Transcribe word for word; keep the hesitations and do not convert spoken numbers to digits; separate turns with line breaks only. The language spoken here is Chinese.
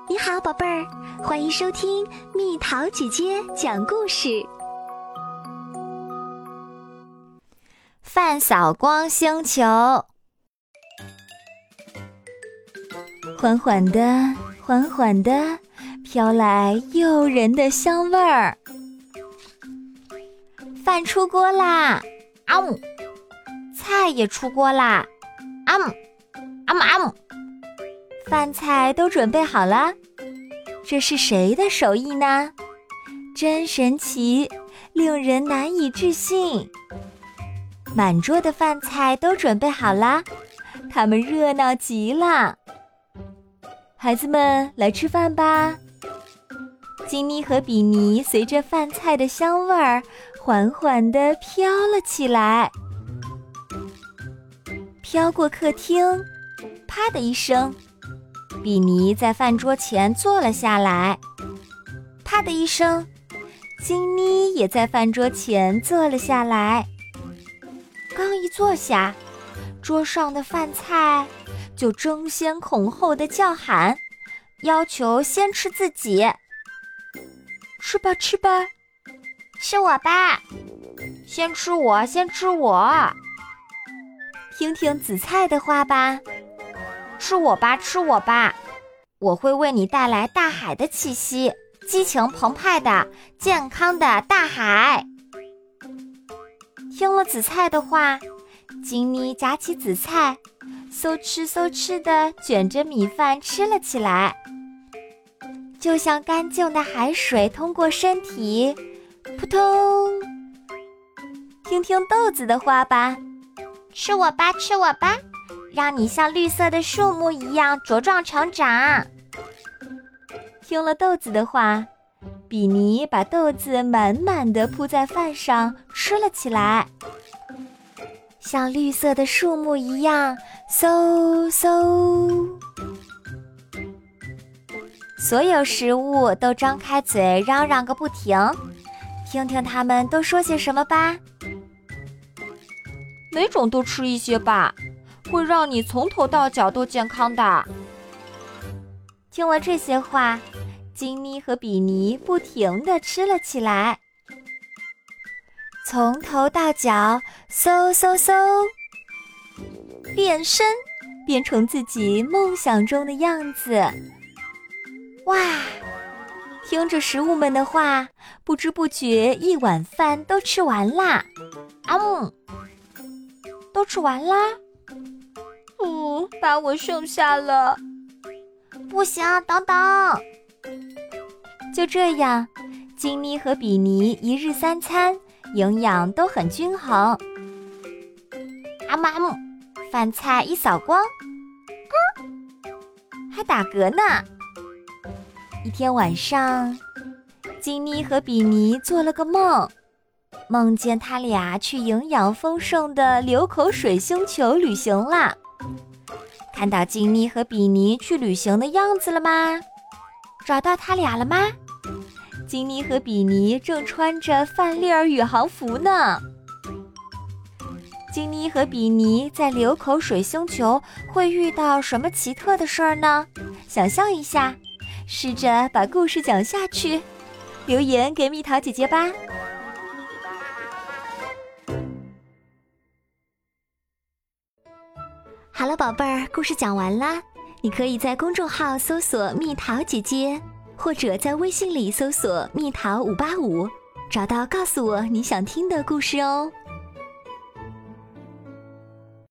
你好，宝贝儿，欢迎收听蜜桃姐姐讲故事。
饭扫光星球，缓缓的，缓缓的，飘来诱人的香味儿。饭出锅啦，啊姆！菜也出锅啦，啊姆，啊姆啊姆！饭菜都准备好了，这是谁的手艺呢？真神奇，令人难以置信。满桌的饭菜都准备好了，他们热闹极了。孩子们，来吃饭吧！金妮和比尼随着饭菜的香味儿，缓缓地飘了起来，飘过客厅，啪的一声，比尼在饭桌前坐了下来，啪的一声，金妮也在饭桌前坐了下来。刚一坐下，桌上的饭菜就争先恐后地叫喊，要求先吃自己。吃吧吃吧，
吃我吧，先吃我先吃我。
听听紫菜的话吧，
吃我吧吃我吧，我会为你带来大海的气息，激情澎湃的健康的大海。
听了紫菜的话，金妮夹起紫菜，嗖吃嗖吃地卷着米饭吃了起来，就像干净的海水通过身体，扑通。听听豆子的话吧，
吃我吧吃我吧，让你像绿色的树木一样茁壮成长。
听了豆子的话，比尼把豆子满满地铺在饭上吃了起来，像绿色的树木一样，嗖嗖。所有食物都张开嘴嚷嚷个不停，听听他们都说些什么吧。
每种都吃一些吧，会让你从头到脚都健康的。
听了这些话，金妮和比尼不停地吃了起来，从头到脚，嗖嗖嗖，变身，变成自己梦想中的样子。哇！听着食物们的话，不知不觉一碗饭都吃完啦。啊姆，都吃完啦？
嗯，把我剩下了。
不行，等等。就这样，金妮和比尼一日三餐，营养都很均衡。
啊姆啊姆，
饭菜一扫光，咯，还打嗝呢。一天晚上，金妮和比尼做了个梦，梦见他俩去营养丰盛的流口水星球旅行了。看到金妮和比尼去旅行的样子了吗？找到他俩了吗？金妮和比尼正穿着范丽儿宇航服呢。金妮和比尼在流口水星球会遇到什么奇特的事儿呢？想象一下，试着把故事讲下去，留言给蜜桃姐姐吧。
好了，宝贝儿，故事讲完啦。你可以在公众号搜索蜜桃姐姐，或者在微信里搜索蜜桃五八五，找到告诉我你想听的故事哦。